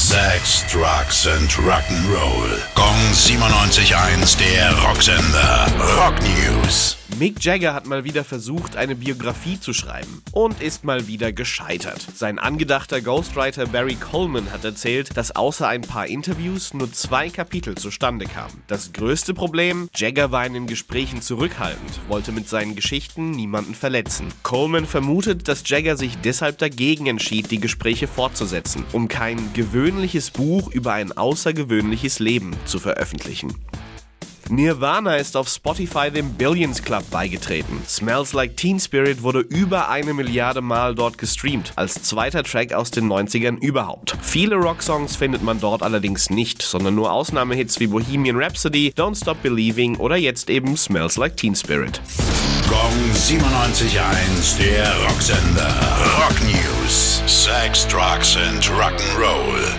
Sex, Drugs and Rock'n'Roll. Gong 97.1, der Rocksender. Rock News. Mick Jagger hat mal wieder versucht, eine Biografie zu schreiben und ist mal wieder gescheitert. Sein angedachter Ghostwriter Barry Coleman hat erzählt, dass außer ein paar Interviews nur 2 Kapitel zustande kamen. Das größte Problem? Jagger war in den Gesprächen zurückhaltend, wollte mit seinen Geschichten niemanden verletzen. Coleman vermutet, dass Jagger sich deshalb dagegen entschied, die Gespräche fortzusetzen, um kein gewöhnliches Buch über ein außergewöhnliches Leben zu veröffentlichen. Nirvana ist auf Spotify dem Billions Club beigetreten. Smells Like Teen Spirit wurde über 1 Milliarde Mal dort gestreamt, als zweiter Track aus den 90ern überhaupt. Viele Rocksongs findet man dort allerdings nicht, sondern nur Ausnahmehits wie Bohemian Rhapsody, Don't Stop Believing oder jetzt eben Smells Like Teen Spirit. Gong 97.1, der Rocksender. Rock News. Sex, Drugs and Rock'n'Roll.